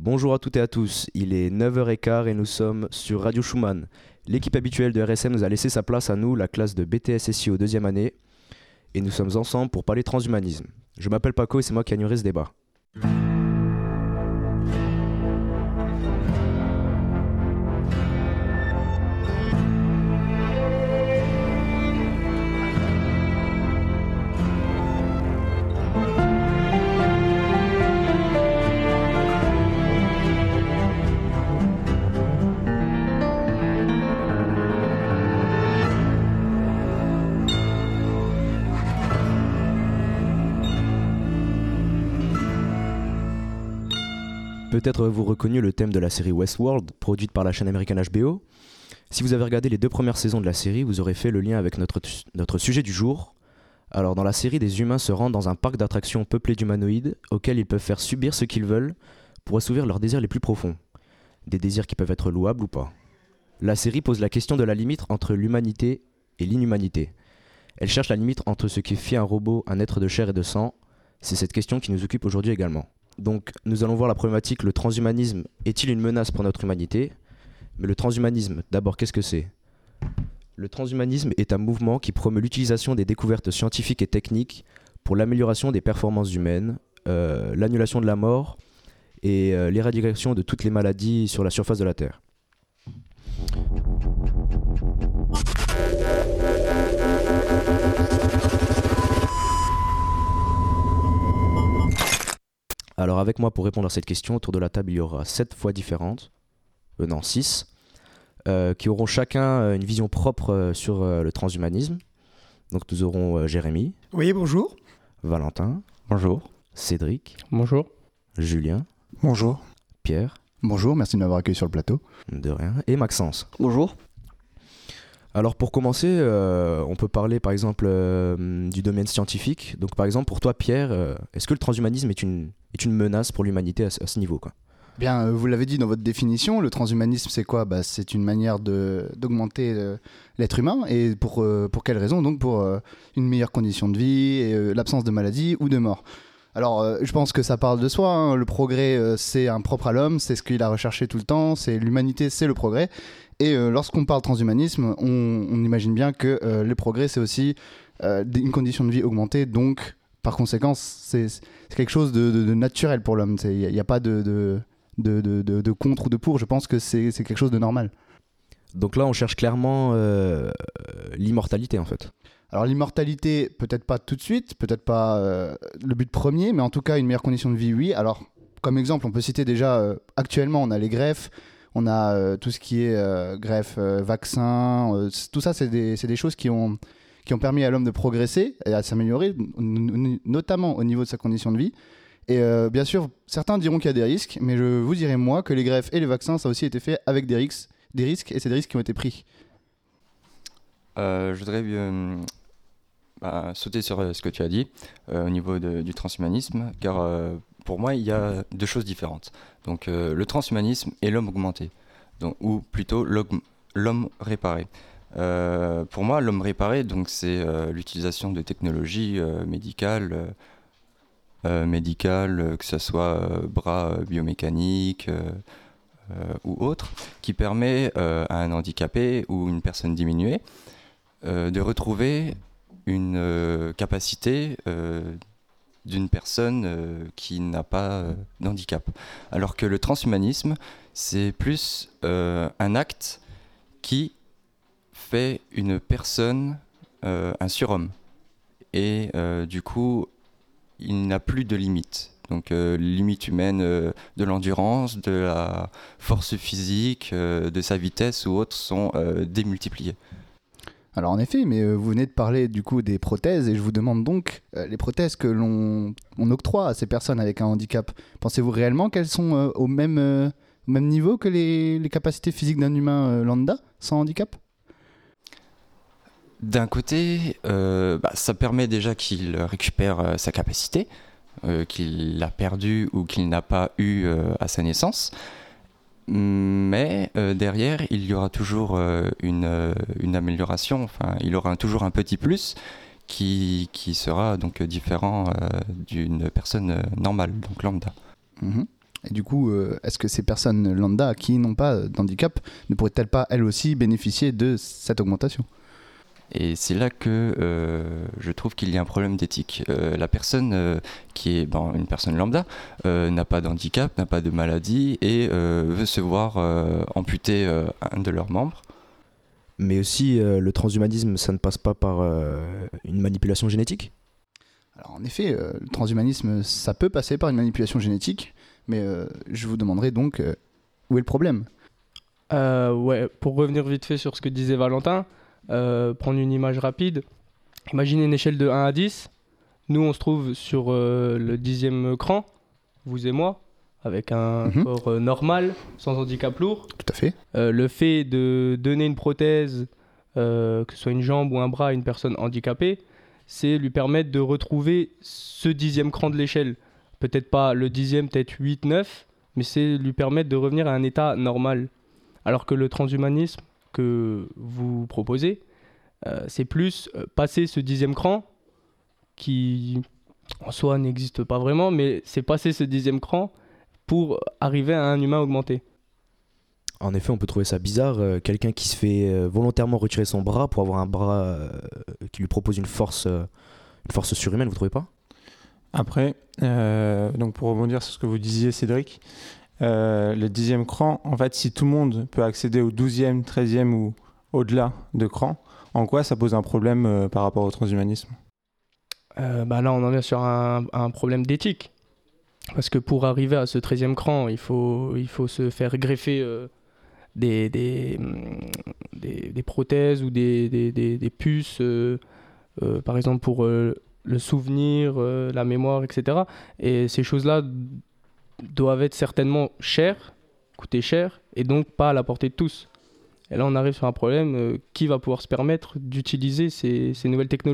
Bonjour à toutes et à tous, il est 9h15 et nous sommes sur Radio Schumann. L'équipe habituelle de RSM nous a laissé sa place à nous, la classe de BTS SIO 2e année, et nous sommes ensemble pour parler transhumanisme. Je m'appelle Paco et c'est moi qui animerai ce débat. Peut-être avez-vous reconnu le thème de la série Westworld, produite par la chaîne américaine HBO. Si vous avez regardé les 2 premières saisons de la série, vous aurez fait le lien avec notre sujet du jour. Alors dans la série, des humains se rendent dans un parc d'attractions peuplé d'humanoïdes, auxquels ils peuvent faire subir ce qu'ils veulent pour assouvir leurs désirs les plus profonds. Des désirs qui peuvent être louables ou pas. La série pose la question de la limite entre l'humanité et l'inhumanité. Elle cherche la limite entre ce qui fait un robot un être de chair et de sang. C'est cette question qui nous occupe aujourd'hui également. Donc nous allons voir la problématique, le transhumanisme est-il une menace pour notre humanité ? Mais le transhumanisme, d'abord qu'est-ce que c'est ? Le transhumanisme est un mouvement qui promeut l'utilisation des découvertes scientifiques et techniques pour l'amélioration des performances humaines, l'annulation de la mort et l'éradication de toutes les maladies sur la surface de la Terre. Alors avec moi pour répondre à cette question, autour de la table il y aura 7 voix différentes, 6, qui auront chacun une vision propre sur le transhumanisme. Donc nous aurons Jérémy. Oui, bonjour. Valentin. Bonjour. Cédric. Bonjour. Julien. Bonjour. Pierre. Bonjour, merci de m'avoir accueilli sur le plateau. De rien. Et Maxence. Bonjour. Alors pour commencer, on peut parler par exemple du domaine scientifique. Donc par exemple pour toi Pierre, est-ce que le transhumanisme est une menace pour l'humanité à ce niveau quoi ? Bien, vous l'avez dit dans votre définition, le transhumanisme c'est quoi ? C'est une manière d'augmenter l'être humain. Et pour quelle raison ? Donc pour une meilleure condition de vie, et l'absence de maladie ou de mort. Alors je pense que ça parle de soi, hein. Le progrès c'est un propre à l'homme, c'est ce qu'il a recherché tout le temps, c'est l'humanité, c'est le progrès. Et lorsqu'on parle transhumanisme, on imagine bien que le progrès c'est aussi une condition de vie augmentée, donc par conséquent c'est quelque chose de naturel pour l'homme. Il n'y a pas de contre ou de pour, je pense que c'est quelque chose de normal. Donc là on cherche clairement l'immortalité en fait. Alors l'immortalité, peut-être pas tout de suite, peut-être pas le but premier, mais en tout cas une meilleure condition de vie, oui. Alors comme exemple, on peut citer déjà, actuellement on a les greffes, on a tout ce qui est greffe, vaccin, tout ça c'est des choses qui ont permis à l'homme de progresser et à s'améliorer, notamment au niveau de sa condition de vie. Et bien sûr, certains diront qu'il y a des risques, mais je vous dirais moi que les greffes et les vaccins, ça a aussi été fait avec des risques, et c'est des risques qui ont été pris. Je voudrais sauter sur ce que tu as dit au niveau du transhumanisme, car pour moi, il y a 2 choses différentes. Donc, le transhumanisme et l'homme augmenté, ou plutôt l'homme réparé. Pour moi, l'homme réparé, donc, c'est l'utilisation de technologies médicales, que ce soit bras biomécaniques ou autres, qui permet à un handicapé ou une personne diminuée de retrouver une capacité d'une personne qui n'a pas d'handicap. Alors que le transhumanisme, c'est plus un acte qui fait une personne un surhomme. Et du coup, il n'a plus de limites. Donc limites humaines de l'endurance, de la force physique, de sa vitesse ou autres sont démultipliées. Alors en effet, mais vous venez de parler du coup des prothèses et je vous demande donc les prothèses que l'on octroie à ces personnes avec un handicap. Pensez-vous réellement qu'elles sont au même niveau que les capacités physiques d'un humain lambda sans handicap ? D'un côté, ça permet déjà qu'il récupère sa capacité, qu'il l'a perdue ou qu'il n'a pas eu à sa naissance. Mais derrière, il y aura toujours une amélioration, enfin, il aura toujours un petit plus qui sera donc différent d'une personne normale, donc lambda. Mmh. Et du coup, est-ce que ces personnes lambda qui n'ont pas d'handicap ne pourraient-elles pas, elles aussi, bénéficier de cette augmentation ? Et c'est là que je trouve qu'il y a un problème d'éthique. La personne qui est une personne lambda n'a pas d'handicap, n'a pas de maladie et veut se voir amputer un de leurs membres. Mais aussi, le transhumanisme, ça ne passe pas par une manipulation génétique ? Alors en effet, le transhumanisme, ça peut passer par une manipulation génétique, mais je vous demanderai donc où est le problème ? Ouais, pour revenir vite fait sur ce que disait Valentin, prendre une image rapide, imaginez une échelle de 1 à 10. Nous, on se trouve sur le 10e cran, vous et moi, avec un corps normal, sans handicap lourd. Tout à fait. Le fait de donner une prothèse, que ce soit une jambe ou un bras à une personne handicapée, c'est lui permettre de retrouver ce 10e cran de l'échelle. Peut-être pas le 10e, peut-être 8, 9, mais c'est lui permettre de revenir à un état normal. Alors que le transhumanisme que vous proposez, c'est plus passer ce 10e cran qui en soi n'existe pas vraiment, mais c'est passer ce 10e cran pour arriver à un humain augmenté. En effet, on peut trouver ça bizarre, quelqu'un qui se fait volontairement retirer son bras pour avoir un bras qui lui propose une force surhumaine, vous trouvez pas ? Après, donc pour rebondir sur ce que vous disiez, Cédric, le 10e cran, en fait, si tout le monde peut accéder au 12e, 13e ou au-delà de cran, en quoi ça pose un problème par rapport au transhumanisme ? Là, on en est sur un problème d'éthique. Parce que pour arriver à ce 13e cran, il faut se faire greffer des prothèses ou des puces, par exemple pour le souvenir, la mémoire, etc. Et ces choses-là doivent être certainement chères, coûter cher, et donc pas à la portée de tous. Et là, on arrive sur un problème, qui va pouvoir se permettre d'utiliser ces nouvelles technologies ?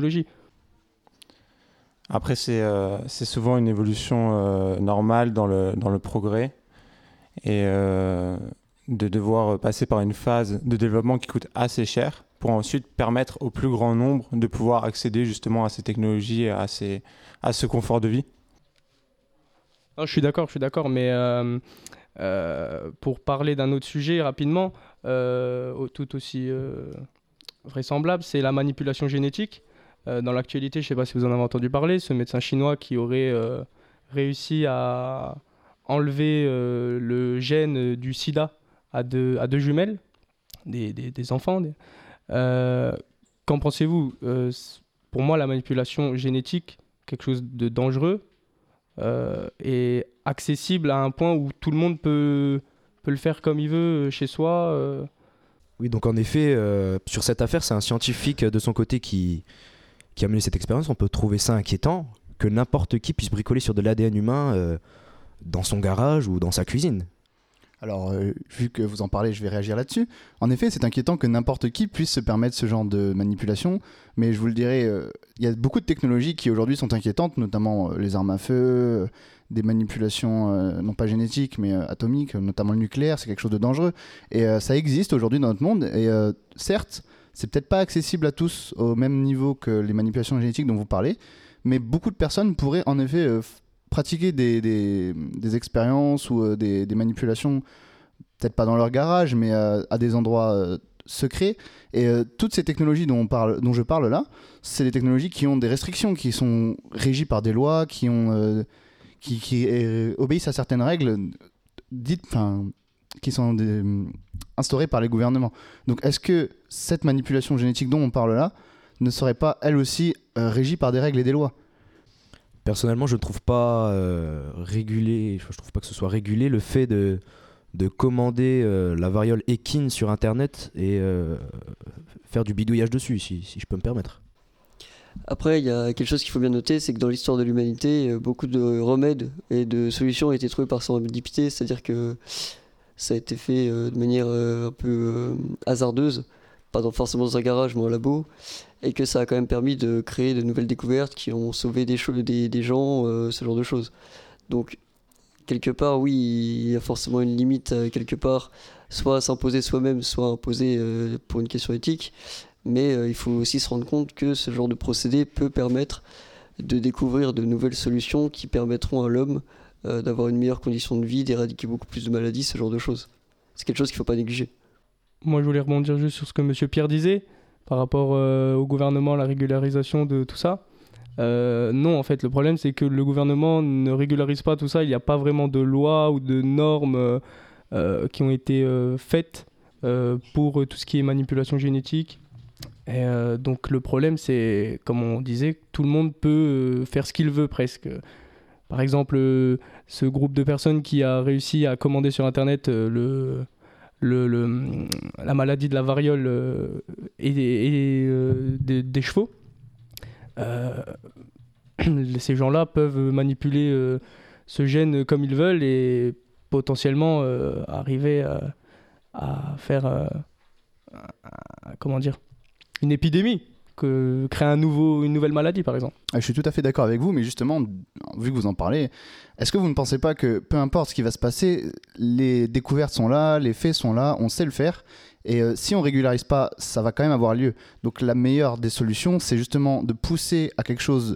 Après, c'est souvent une évolution normale dans le progrès et de devoir passer par une phase de développement qui coûte assez cher pour ensuite permettre au plus grand nombre de pouvoir accéder justement à ces technologies et à ce confort de vie. Non, je suis d'accord, mais pour parler d'un autre sujet rapidement, tout aussi vraisemblable, c'est la manipulation génétique. Dans l'actualité, je ne sais pas si vous en avez entendu parler, ce médecin chinois qui aurait réussi à enlever le gène du sida à deux jumelles, des enfants. Qu'en pensez-vous ? Pour moi, la manipulation génétique, quelque chose de dangereux, et accessible à un point où tout le monde peut le faire comme il veut chez soi. Oui, donc en effet, sur cette affaire, c'est un scientifique de son côté qui a mené cette expérience. On peut trouver ça inquiétant que n'importe qui puisse bricoler sur de l'ADN humain dans son garage ou dans sa cuisine. Alors, vu que vous en parlez, je vais réagir là-dessus. En effet, c'est inquiétant que n'importe qui puisse se permettre ce genre de manipulation, mais je vous le dirai, il y a beaucoup de technologies qui aujourd'hui sont inquiétantes, notamment les armes à feu, des manipulations non pas génétiques mais atomiques, notamment le nucléaire, c'est quelque chose de dangereux. Et ça existe aujourd'hui dans notre monde, et certes, c'est peut-être pas accessible à tous au même niveau que les manipulations génétiques dont vous parlez, mais beaucoup de personnes pourraient en effet pratiquer des expériences ou des manipulations, peut-être pas dans leur garage, mais à des endroits secrets. Et toutes ces technologies dont je parle là, c'est des technologies qui ont des restrictions, qui sont régies par des lois, qui obéissent à certaines règles qui sont instaurées par les gouvernements. Donc est-ce que cette manipulation génétique dont on parle là ne serait pas elle aussi régie par des règles et des lois ? Personnellement, je ne trouve pas régulé, je trouve pas que ce soit régulé le fait de commander la variole équine sur internet et faire du bidouillage dessus, si je peux me permettre. Après, il y a quelque chose qu'il faut bien noter, c'est que dans l'histoire de l'humanité, beaucoup de remèdes et de solutions ont été trouvées par sérendipité, c'est-à-dire que ça a été fait de manière un peu hasardeuse, pas forcément dans un garage mais en labo, et que ça a quand même permis de créer de nouvelles découvertes qui ont sauvé des gens, ce genre de choses. Donc, quelque part, oui, il y a forcément une limite, quelque part, soit à s'imposer soi-même, soit à imposer pour une question éthique, mais il faut aussi se rendre compte que ce genre de procédé peut permettre de découvrir de nouvelles solutions qui permettront à l'homme d'avoir une meilleure condition de vie, d'éradiquer beaucoup plus de maladies, ce genre de choses. C'est quelque chose qu'il ne faut pas négliger. Moi, je voulais rebondir juste sur ce que M. Pierre disait par rapport au gouvernement, la régularisation de tout ça. Non, en fait, le problème, c'est que le gouvernement ne régularise pas tout ça. Il n'y a pas vraiment de loi ou de normes qui ont été faites pour tout ce qui est manipulation génétique. Et donc, le problème, c'est, comme on disait, tout le monde peut faire ce qu'il veut presque. Par exemple, ce groupe de personnes qui a réussi à commander sur Internet la maladie de la variole des chevaux. Ces gens-là peuvent manipuler ce gène comme ils veulent et potentiellement arriver à faire comment dire, une épidémie, créer une nouvelle maladie par exemple. Je suis tout à fait d'accord avec vous, mais justement, vu que vous en parlez, est-ce que vous ne pensez pas que peu importe ce qui va se passer, les découvertes sont là, les faits sont là, on sait le faire, et si on régularise pas, ça va quand même avoir lieu. Donc la meilleure des solutions, c'est justement de pousser à quelque chose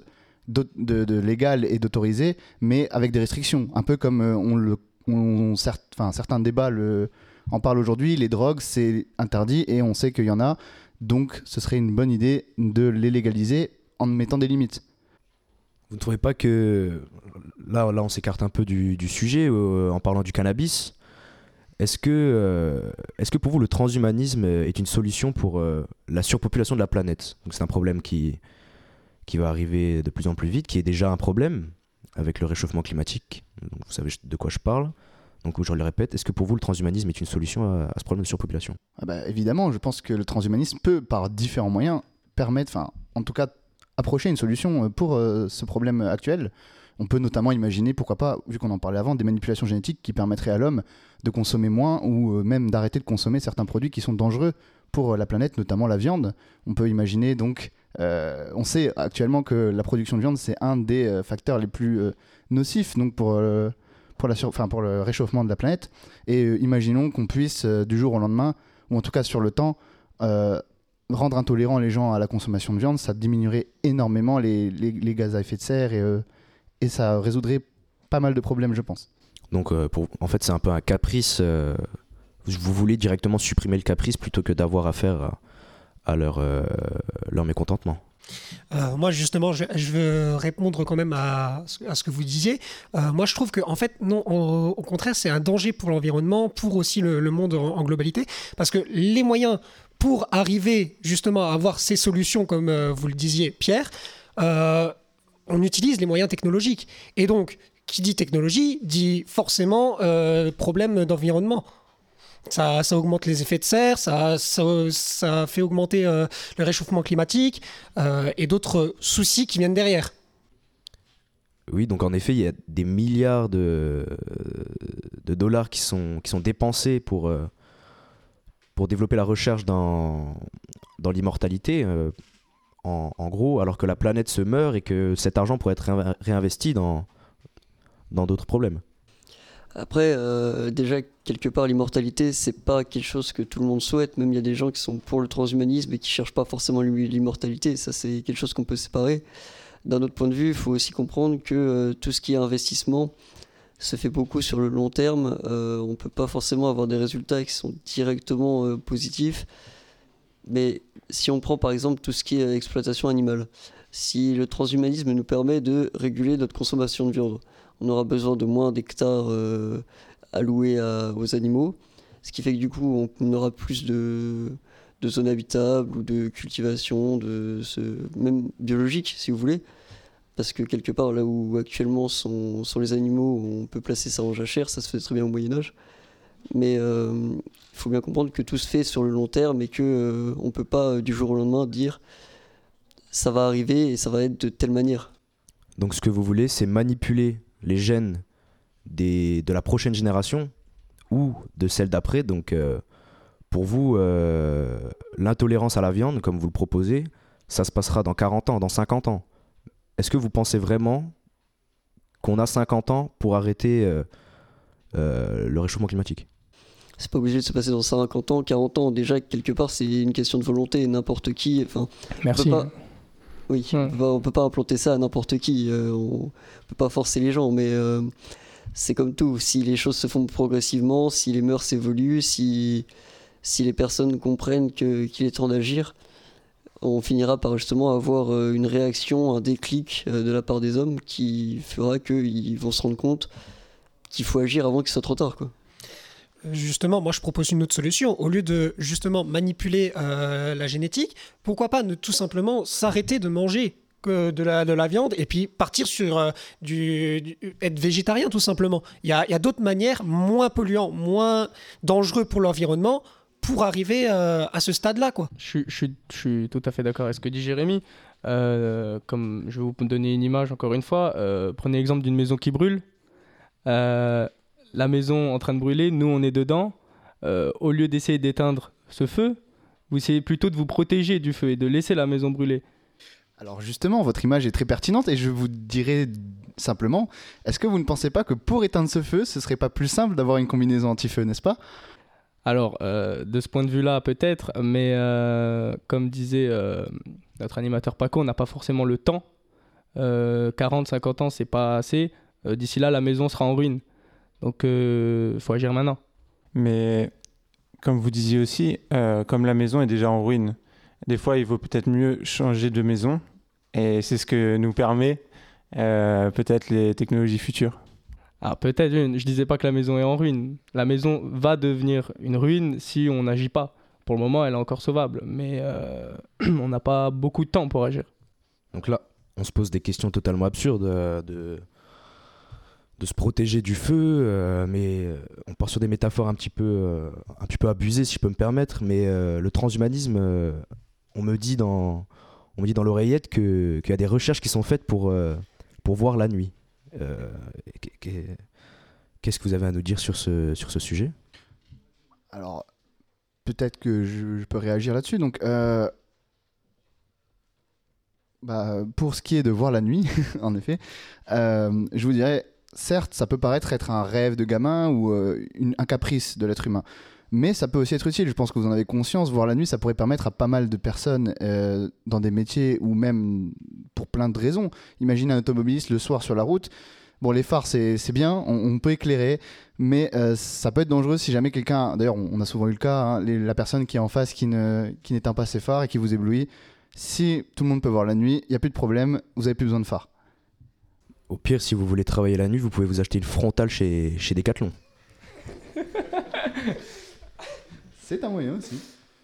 de légal et d'autorisé, mais avec des restrictions, un peu comme certains débats en parlent aujourd'hui. Les drogues, c'est interdit et on sait qu'il y en a, donc ce serait une bonne idée de les légaliser en mettant des limites. Vous ne trouvez pas que là on s'écarte un peu du sujet en parlant du cannabis? Est-ce que pour vous le transhumanisme est une solution pour la surpopulation de la planète? Donc c'est un problème qui va arriver de plus en plus vite, qui est déjà un problème avec le réchauffement climatique. Donc vous savez de quoi je parle. Donc je le répète, est-ce que pour vous le transhumanisme est une solution à ce problème de surpopulation? Évidemment, je pense que le transhumanisme peut par différents moyens permettre, en tout cas approcher une solution pour ce problème actuel. On peut notamment imaginer, pourquoi pas, vu qu'on en parlait avant, des manipulations génétiques qui permettraient à l'homme de consommer moins ou même d'arrêter de consommer certains produits qui sont dangereux pour la planète, notamment la viande. On peut imaginer donc, on sait actuellement que la production de viande, c'est un des facteurs les plus nocifs donc pour le réchauffement de la planète. Et imaginons qu'on puisse, du jour au lendemain, ou en tout cas sur le temps, rendre intolérants les gens à la consommation de viande. Ça diminuerait énormément les gaz à effet de serre et ça résoudrait pas mal de problèmes, je pense. Donc en fait c'est un peu un caprice, vous voulez directement supprimer le caprice plutôt que d'avoir affaire à leur mécontentement. Moi justement je veux répondre quand même à ce que vous disiez. Moi je trouve que en fait non, au contraire c'est un danger pour l'environnement, pour aussi le monde en globalité, parce que les moyens pour arriver justement à avoir ces solutions comme vous le disiez Pierre, on utilise les moyens technologiques, et donc qui dit technologie dit forcément problème d'environnement. Ça augmente les effets de serre, ça fait augmenter le réchauffement climatique et d'autres soucis qui viennent derrière. Oui, donc en effet, il y a des milliards de dollars qui sont dépensés pour développer la recherche dans l'immortalité, en gros, alors que la planète se meurt et que cet argent pourrait être réinvesti dans d'autres problèmes. Après, déjà, quelque part, l'immortalité, c'est pas quelque chose que tout le monde souhaite. Même il y a des gens qui sont pour le transhumanisme et qui cherchent pas forcément l'immortalité. Ça, c'est quelque chose qu'on peut séparer. D'un autre point de vue, il faut aussi comprendre que tout ce qui est investissement se fait beaucoup sur le long terme. On peut pas forcément avoir des résultats qui sont directement positifs. Mais si on prend par exemple tout ce qui est exploitation animale, si le transhumanisme nous permet de réguler notre consommation de viande, on aura besoin de moins d'hectares alloués aux animaux, ce qui fait que du coup on aura plus de zones habitables ou de cultivation, même biologique si vous voulez, parce que quelque part là où actuellement sont les animaux, on peut placer ça en jachère, ça se fait très bien au Moyen-Âge, mais il faut bien comprendre que tout se fait sur le long terme et qu'on ne peut pas du jour au lendemain dire ça va arriver et ça va être de telle manière. Donc ce que vous voulez, c'est manipuler les gènes de la prochaine génération ou de celle d'après. Donc pour vous, l'intolérance à la viande, comme vous le proposez, ça se passera dans 40 ans, dans 50 ans. Est-ce que vous pensez vraiment qu'on a 50 ans pour arrêter le réchauffement climatique? C'est pas obligé de se passer dans 50 ans, 40 ans. Déjà, quelque part, c'est une question de volonté. N'importe qui... Merci. On peut pas implanter ça à n'importe qui. On peut pas forcer les gens, mais c'est comme tout. Si les choses se font progressivement, si les mœurs évoluent, si les personnes comprennent qu'il est temps d'agir, on finira par justement avoir une réaction, un déclic de la part des hommes qui fera qu'ils vont se rendre compte qu'il faut agir avant qu'il soit trop tard, quoi. Justement, moi je propose une autre solution. Au lieu de justement manipuler la génétique, pourquoi pas ne tout simplement s'arrêter de manger de la viande et puis partir sur être végétarien tout simplement. Il y a d'autres manières moins polluantes, moins dangereux pour l'environnement pour arriver à ce stade-là, quoi. Je suis tout à fait d'accord avec ce que dit Jérémy. Comme je vais vous donner une image encore une fois, prenez l'exemple d'une maison qui brûle. La maison en train de brûler, nous on est dedans. Au lieu d'essayer d'éteindre ce feu, vous essayez plutôt de vous protéger du feu et de laisser la maison brûler. Alors justement, votre image est très pertinente et je vous dirais simplement, est-ce que vous ne pensez pas que pour éteindre ce feu, ce serait pas plus simple d'avoir une combinaison anti-feu, n'est-ce pas ? Alors, de ce point de vue-là, peut-être, mais comme disait notre animateur Paco, on n'a pas forcément le temps. 40, 50 ans, c'est pas assez. D'ici là, la maison sera en ruine. Donc, faut agir maintenant. Mais comme vous disiez aussi, comme la maison est déjà en ruine, des fois, il vaut peut-être mieux changer de maison. Et c'est ce que nous permet peut-être les technologies futures. Ah, peut-être, je disais pas que la maison est en ruine. La maison va devenir une ruine si on n'agit pas. Pour le moment, elle est encore sauvable, mais on n'a pas beaucoup de temps pour agir. Donc là, on se pose des questions totalement absurdes de se protéger du feu, mais on part sur des métaphores un petit peu abusées, si je peux me permettre, mais le transhumanisme, on me dit dans l'oreillette qu'il y a des recherches qui sont faites pour voir la nuit. Qu'est-ce que vous avez à nous dire sur ce sujet ? Alors, peut-être que je peux réagir là-dessus. Donc, pour ce qui est de voir la nuit, en effet, je vous dirais, certes, ça peut paraître être un rêve de gamin ou un caprice de l'être humain. Mais ça peut aussi être utile, je pense que vous en avez conscience. Voir la nuit, ça pourrait permettre à pas mal de personnes dans des métiers ou même pour plein de raisons. Imaginez un automobiliste le soir sur la route. Bon, les phares, c'est bien, on peut éclairer, mais ça peut être dangereux si jamais quelqu'un... D'ailleurs, on a souvent eu le cas, hein, la personne qui est en face qui n'éteint pas ses phares et qui vous éblouit. Si tout le monde peut voir la nuit, il n'y a plus de problème, vous n'avez plus besoin de phares. Au pire, si vous voulez travailler la nuit, vous pouvez vous acheter une frontale chez Decathlon. C'est un moyen aussi.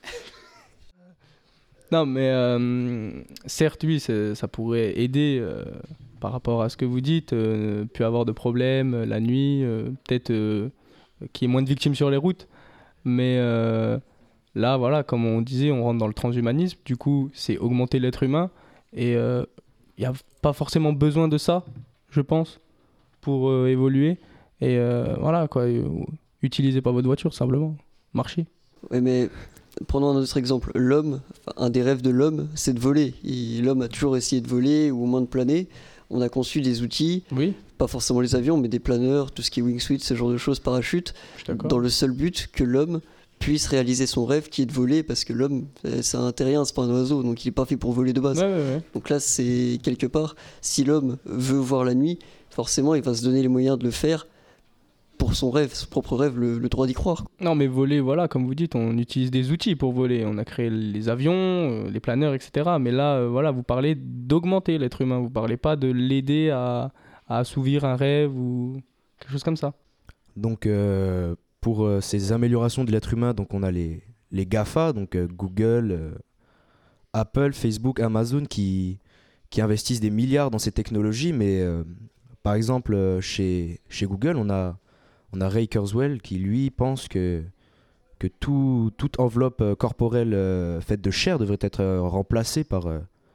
Non, mais certes, oui, ça pourrait aider par rapport à ce que vous dites, plus avoir de problèmes la nuit, peut-être qu'il y ait moins de victimes sur les routes. Mais là, voilà, comme on disait, on rentre dans le transhumanisme. Du coup, c'est augmenter l'être humain. Et il n'y a pas forcément besoin de ça, je pense, pour évoluer. Et voilà, quoi. Utilisez pas votre voiture, simplement. Marchez. Oui, mais prenons un autre exemple. L'homme, un des rêves de l'homme, c'est de voler. L'homme a toujours essayé de voler ou au moins de planer. On a conçu des outils, oui. Pas forcément les avions, mais des planeurs, tout ce qui est wingsuit, ce genre de choses, parachutes, dans le seul but que l'homme puisse réaliser son rêve qui est de voler, parce que l'homme, c'est un terrien, c'est pas un oiseau, donc il est pas fait pour voler de base. Ouais. Donc là, c'est quelque part, si l'homme veut voir la nuit, forcément, il va se donner les moyens de le faire pour son rêve, son propre rêve, le droit d'y croire. Non, mais voler, voilà, comme vous dites, on utilise des outils pour voler. On a créé les avions, les planeurs, etc. Mais là, voilà, vous parlez d'augmenter l'être humain. Vous parlez pas de l'aider à assouvir un rêve ou quelque chose comme ça. Donc, pour ces améliorations de l'être humain, donc on a les GAFA, donc Google, Apple, Facebook, Amazon, qui investissent des milliards dans ces technologies. Mais par exemple, chez Google, on a Ray Kurzweil qui, lui, pense que toute enveloppe corporelle faite de chair devrait être remplacée par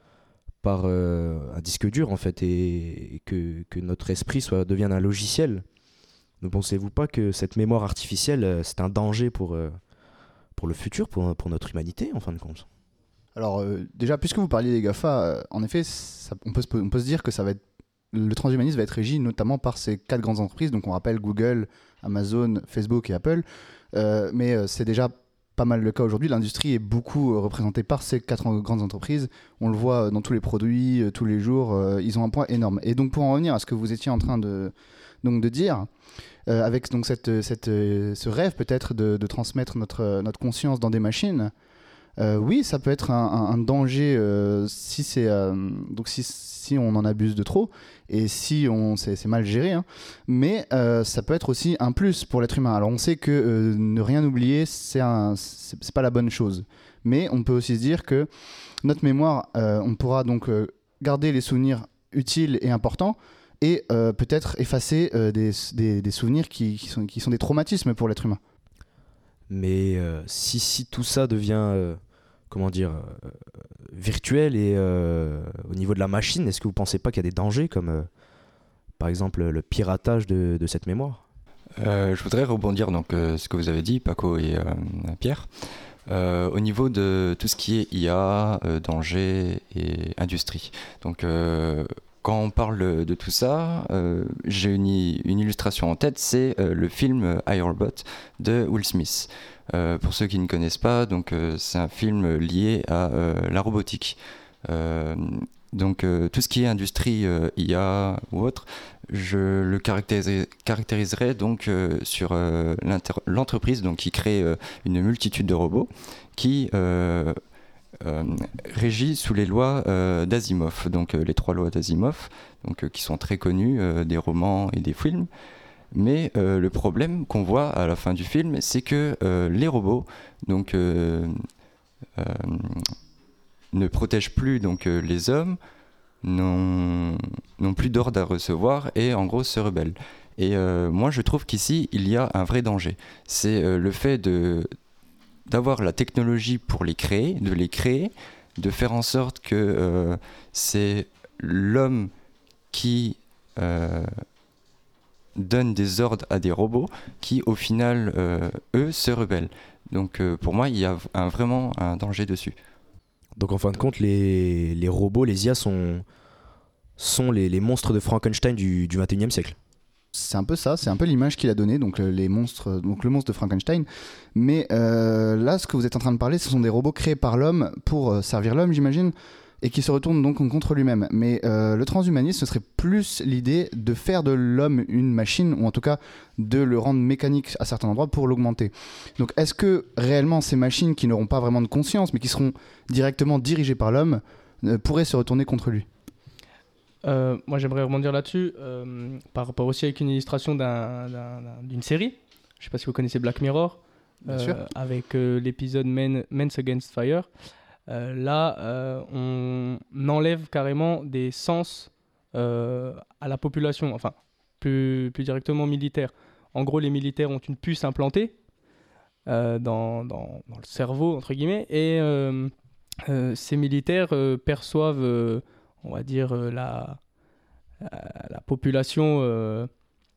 un disque dur, en fait, et que notre esprit devienne un logiciel. Ne pensez-vous pas que cette mémoire artificielle, c'est un danger pour le futur, pour notre humanité, en fin de compte ? Alors, déjà, puisque vous parliez des GAFA, en effet, on peut se dire que le transhumanisme va être régi notamment par ces 4 grandes entreprises, donc on rappelle Google, Amazon, Facebook et Apple, mais c'est déjà pas mal le cas aujourd'hui. L'industrie est beaucoup représentée par ces 4 grandes entreprises, on le voit dans tous les produits, tous les jours, ils ont un poids énorme. Et donc pour en revenir à ce que vous étiez en train de Donc de dire, avec donc ce rêve peut-être de transmettre notre conscience dans des machines, oui, ça peut être un danger si on en abuse de trop et si c'est mal géré, hein. Mais ça peut être aussi un plus pour l'être humain. Alors on sait que ne rien oublier, c'est pas la bonne chose. Mais on peut aussi se dire que notre mémoire, on pourra donc garder les souvenirs utiles et importants et peut-être effacer des souvenirs qui sont des traumatismes pour l'être humain. Mais si tout ça devient virtuel et au niveau de la machine, est-ce que vous pensez pas qu'il y a des dangers comme par exemple le piratage de cette mémoire? Je voudrais rebondir donc ce que vous avez dit, Paco et Pierre, au niveau de tout ce qui est IA, danger et industrie. Donc quand on parle de tout ça, j'ai une illustration en tête, c'est le film I, Robot de Will Smith. Pour ceux qui ne connaissent pas, donc c'est un film lié à la robotique. Donc tout ce qui est industrie IA ou autre, je le caractériserai donc sur l'entreprise donc, qui crée une multitude de robots qui régit sous les lois d'Asimov, donc les 3 lois d'Asimov, donc, qui sont très connues des romans et des films. Mais le problème qu'on voit à la fin du film, c'est que les robots donc, ne protègent plus donc, les hommes, n'ont plus d'ordre à recevoir et en gros se rebellent. Et moi je trouve qu'ici il y a un vrai danger. C'est le fait d'avoir la technologie pour les créer, de faire en sorte que c'est l'homme qui donne des ordres à des robots qui au final eux se rebellent. Donc pour moi il y a vraiment un danger dessus. Donc en fin de compte les robots, les IA sont les monstres de Frankenstein du 21e siècle. C'est un peu ça, c'est un peu l'image qu'il a donnée, donc le monstre de Frankenstein. Mais là, ce que vous êtes en train de parler, ce sont des robots créés par l'homme pour servir l'homme, j'imagine, et qui se retournent donc contre lui-même. Mais le transhumanisme, ce serait plus l'idée de faire de l'homme une machine, ou en tout cas de le rendre mécanique à certains endroits pour l'augmenter. Donc est-ce que réellement ces machines qui n'auront pas vraiment de conscience, mais qui seront directement dirigées par l'homme, pourraient se retourner contre lui ? Moi j'aimerais rebondir là-dessus par rapport aussi avec une illustration d'une série. Je ne sais pas si vous connaissez Black Mirror, avec l'épisode Men's Against Fire. Là on enlève carrément des sens à la population, enfin plus directement militaire. En gros les militaires ont une puce implantée dans le cerveau entre guillemets et ces militaires perçoivent on va dire la population,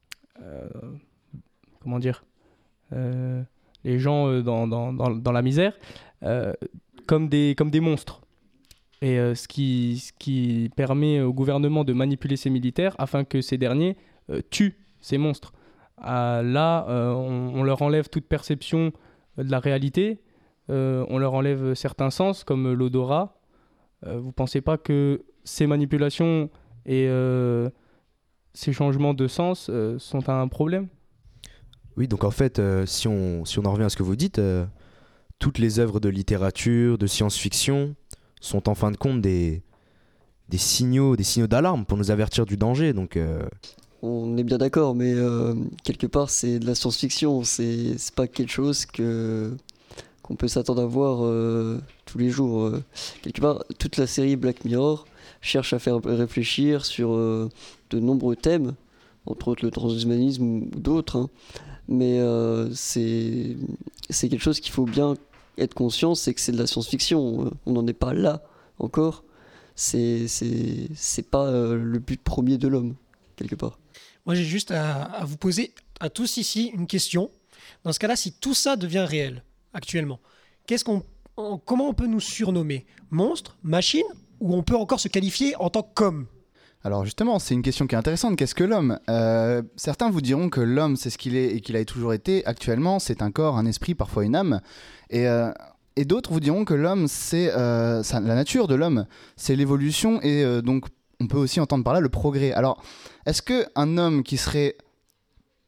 comment dire, les gens dans la misère, comme des monstres. Et ce qui permet au gouvernement de manipuler ces militaires afin que ces derniers tuent ces monstres. Là, on leur enlève toute perception de la réalité, on leur enlève certains sens comme l'odorat. Vous ne pensez pas que ces manipulations et ces changements de sens sont un problème? Oui, donc en fait, si on en revient à ce que vous dites, toutes les œuvres de littérature, de science-fiction sont en fin de compte des signaux d'alarme pour nous avertir du danger. Donc, on est bien d'accord, mais quelque part c'est de la science-fiction, c'est pas quelque chose qu'on peut s'attendre à voir tous les jours. Quelque part, toute la série Black Mirror cherche à faire réfléchir sur de nombreux thèmes, entre autres le transhumanisme ou d'autres, hein. Mais c'est quelque chose qu'il faut bien être conscient, c'est que c'est de la science-fiction. On n'en est pas là encore. C'est pas le but premier de l'homme, quelque part. Moi, j'ai juste à vous poser à tous ici une question. Dans ce cas-là, si tout ça devient réel actuellement, comment on peut nous surnommer? Monstre, machine, ou on peut encore se qualifier en tant qu'homme? Alors justement, c'est une question qui est intéressante. Qu'est-ce que l'homme ? Certains vous diront que l'homme, c'est ce qu'il est et qu'il a toujours été. Actuellement, c'est un corps, un esprit, parfois une âme. Et d'autres vous diront que l'homme, c'est la nature de l'homme, c'est l'évolution et donc on peut aussi entendre par là le progrès. Alors, est-ce qu'un homme qui serait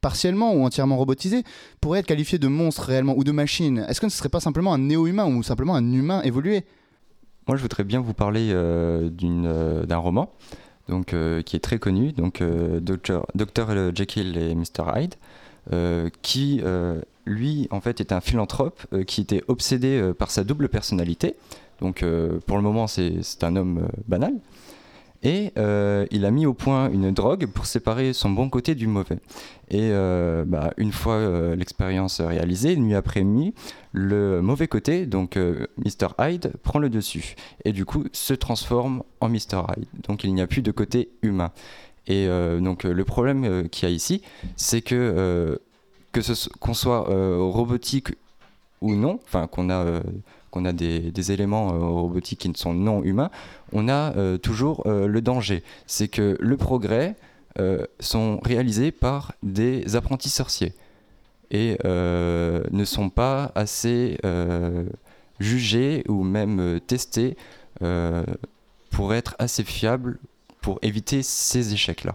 partiellement ou entièrement robotisés pourraient être qualifiés de monstres réellement ou de machines? Est-ce que ce serait pas simplement un néo-humain ou simplement un humain évolué? Moi, je voudrais bien vous parler d'un roman donc, qui est très connu, donc Dr. Jekyll et Mr. Hyde, qui, lui, en fait, est un philanthrope qui était obsédé par sa double personnalité. Donc, pour le moment, c'est un homme banal. Et il a mis au point une drogue pour séparer son bon côté du mauvais. Et une fois l'expérience réalisée, nuit après nuit, le mauvais côté, donc Mr. Hyde, prend le dessus. Et du coup, se transforme en Mr. Hyde. Donc il n'y a plus de côté humain. Et donc le problème qu'il y a ici, c'est qu'on soit robotique ou non, enfin qu'on a des éléments robotiques qui sont non humains, on a toujours le danger. C'est que le progrès sont réalisés par des apprentis sorciers et ne sont pas assez jugés ou même testés pour être assez fiables pour éviter ces échecs-là.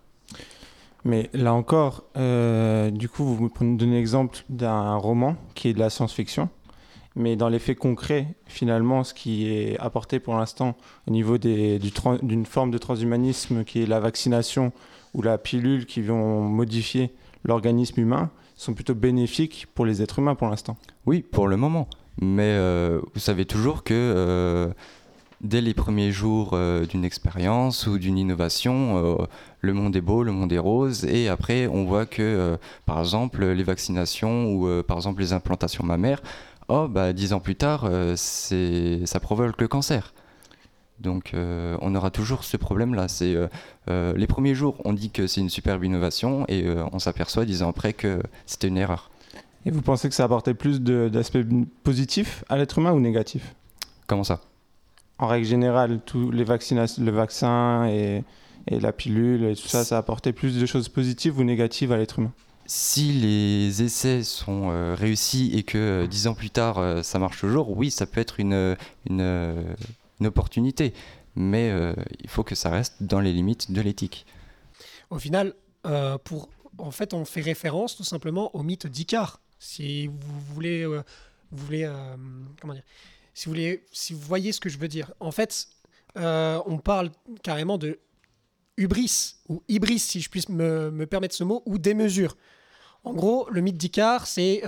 Mais là encore, du coup, vous me donnez l'exemple d'un roman qui est de la science-fiction. Mais dans les faits concrets, finalement, ce qui est apporté pour l'instant au niveau d'une forme de transhumanisme qui est la vaccination ou la pilule qui vont modifier l'organisme humain sont plutôt bénéfiques pour les êtres humains pour l'instant. Oui, pour le moment. Mais vous savez toujours que dès les premiers jours d'une expérience ou d'une innovation, le monde est beau, le monde est rose, et après on voit que, par exemple, les vaccinations ou par exemple les implantations mammaires, 10 ans plus tard, ça provoque le cancer. Donc on aura toujours ce problème-là. Les premiers jours, on dit que c'est une superbe innovation et on s'aperçoit 10 ans après que c'était une erreur. Et vous pensez que ça apportait plus d'aspects positifs à l'être humain ou négatifs? Comment ça? En règle générale, tous les vaccinations, le vaccin et la pilule et tout ça, ça apportait plus de choses positives ou négatives à l'être humain? Si les essais sont réussis et que 10 ans plus tard ça marche toujours, oui, ça peut être une opportunité. Mais il faut que ça reste dans les limites de l'éthique. Au final, en fait, on fait référence tout simplement au mythe d'Icare. Si vous voulez, comment dire, si vous voyez ce que je veux dire. En fait, on parle carrément de hubris ou hybris, si je puisse me permettre ce mot, ou démesure. En gros, le mythe d'Icare, c'est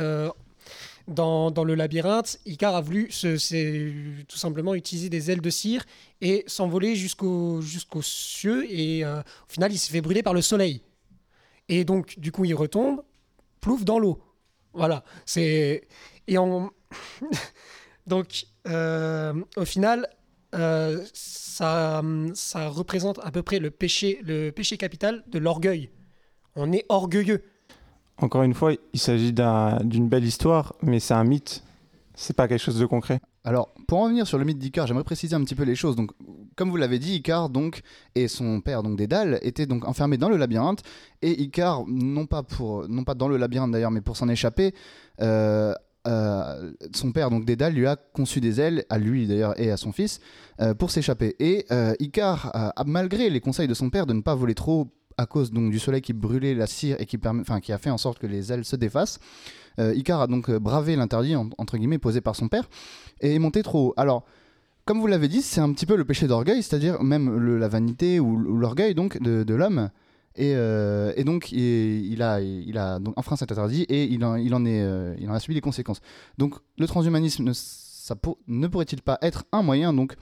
dans le labyrinthe, Icare a voulu tout simplement utiliser des ailes de cire et s'envoler jusqu'aux cieux, et au final, il s'est fait brûler par le soleil. Et donc, du coup, il retombe, plouf, dans l'eau. Voilà. Donc, au final, ça représente à peu près le péché capital de l'orgueil. On est orgueilleux. Encore une fois, il s'agit d'une belle histoire, mais c'est un mythe. C'est pas quelque chose de concret. Alors, pour en venir sur le mythe d'Icare, j'aimerais préciser un petit peu les choses. Donc, comme vous l'avez dit, Icare donc, et son père, donc Dédale, étaient donc enfermés dans le labyrinthe. Et Icare, non pas dans le labyrinthe d'ailleurs, mais pour s'en échapper, son père, donc Dédale, lui a conçu des ailes, à lui d'ailleurs et à son fils, pour s'échapper. Et Icare, malgré les conseils de son père de ne pas voler trop à cause donc, du soleil qui brûlait la cire et qui a fait en sorte que les ailes se défassent, Icare a donc bravé l'interdit entre guillemets posé par son père et est monté trop haut. Alors, comme vous l'avez dit, c'est un petit peu le péché d'orgueil, c'est-à-dire même la vanité ou l'orgueil donc de l'homme. Et donc il a donc enfreint cet interdit et il en a subi les conséquences. Donc le transhumanisme ne pourrait-il pas être un moyen donc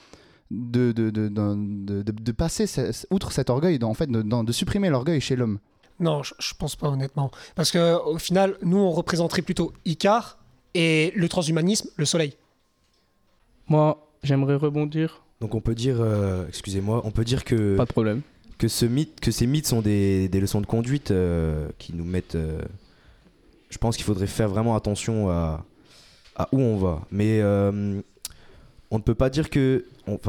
de passer outre cet orgueil, de supprimer l'orgueil chez l'homme? Non, je pense pas honnêtement. Parce qu'au final, nous on représenterait plutôt Icare et le transhumanisme, le soleil. Moi, j'aimerais rebondir. Donc on peut dire, on peut dire que... Pas de problème. Que ces mythes sont des leçons de conduite qui nous mettent... je pense qu'il faudrait faire vraiment attention à où on va. Mais on ne peut pas dire que...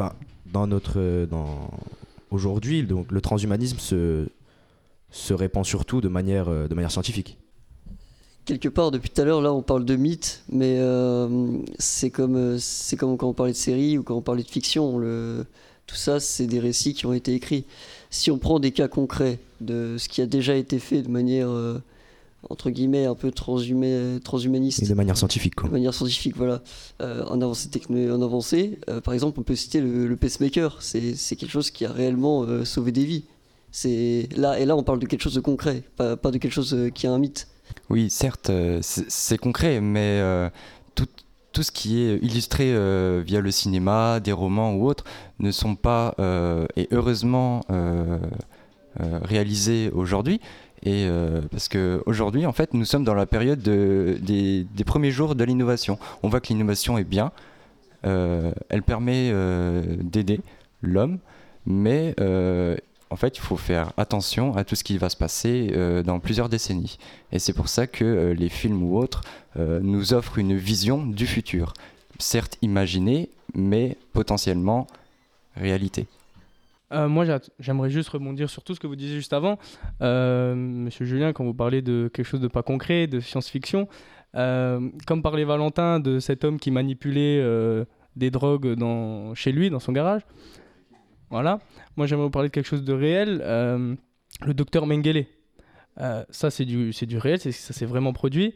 aujourd'hui, donc, le transhumanisme se répand surtout de manière scientifique. Quelque part, depuis tout à l'heure, là, on parle de mythes, mais c'est comme quand on parlait de séries ou quand on parlait de fiction. Tout ça, c'est des récits qui ont été écrits. Si on prend des cas concrets de ce qui a déjà été fait de manière entre guillemets un peu transhumaniste. Et de manière scientifique, quoi. De manière scientifique, voilà. En avancée, par exemple, on peut citer le pacemaker. C'est quelque chose qui a réellement sauvé des vies. Là, on parle de quelque chose de concret, pas de quelque chose qui est un mythe. Oui, certes, c'est concret, mais tout ce qui est illustré via le cinéma, des romans ou autres, ne sont pas, et heureusement, réalisés aujourd'hui. Et parce qu'aujourd'hui, en fait, nous sommes dans la période des premiers jours de l'innovation. On voit que l'innovation est bien, elle permet d'aider l'homme, mais en fait, il faut faire attention à tout ce qui va se passer dans plusieurs décennies. Et c'est pour ça que les films ou autres nous offrent une vision du futur. Certes imaginée, mais potentiellement réalité. Moi, j'aimerais juste rebondir sur tout ce que vous disiez juste avant. Monsieur Julien, quand vous parlez de quelque chose de pas concret, de science-fiction, comme parlait Valentin de cet homme qui manipulait des drogues chez lui, dans son garage. Voilà. Moi, j'aimerais vous parler de quelque chose de réel. Le docteur Mengele. Ça, c'est du réel, ça s'est vraiment produit.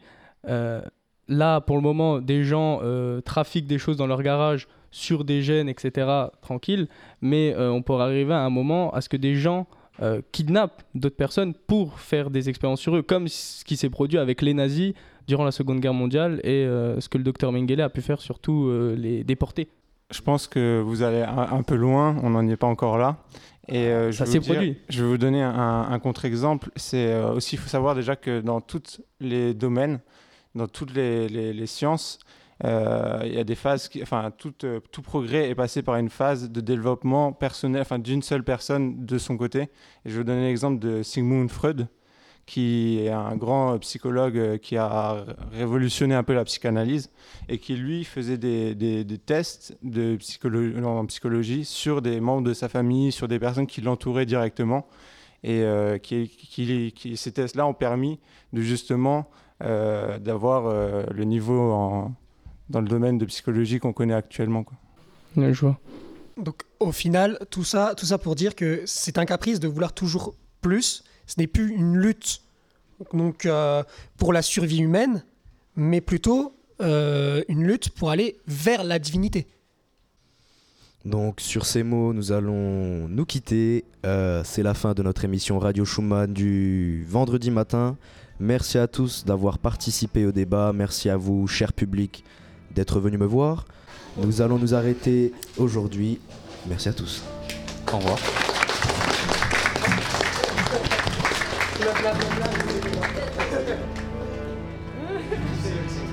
Là, pour le moment, des gens trafiquent des choses dans leur garage sur des gènes, etc., tranquille. Mais on pourrait arriver à un moment à ce que des gens kidnappent d'autres personnes pour faire des expériences sur eux, comme ce qui s'est produit avec les nazis durant la Seconde Guerre mondiale et ce que le docteur Mengele a pu faire sur tous les déportés. Je pense que vous allez un peu loin, on n'en est pas encore là. Et ça s'est produit. Je vais vous donner un contre-exemple. C'est aussi, il faut savoir déjà que dans tous les domaines, dans toutes les sciences, il y a des phases, tout progrès est passé par une phase de développement personnel, d'une seule personne de son côté. Et je vais vous donner l'exemple de Sigmund Freud, qui est un grand psychologue qui a révolutionné un peu la psychanalyse et qui, lui, faisait des tests en psychologie sur des membres de sa famille, sur des personnes qui l'entouraient directement. Et ces tests-là ont permis de justement d'avoir le niveau dans le domaine de psychologie qu'on connaît actuellement, quoi. Ouais, je vois. Donc au final, tout ça pour dire que c'est un caprice de vouloir toujours plus. Ce n'est plus une lutte donc, pour la survie humaine, mais plutôt une lutte pour aller vers la divinité. Donc sur ces mots, nous allons nous quitter. C'est la fin de notre émission Radio Schumann du vendredi matin. Merci à tous d'avoir participé au débat. Merci à vous, cher public, d'être venu me voir. Nous allons nous arrêter aujourd'hui. Merci à tous. Au revoir. Bla bla bla bla.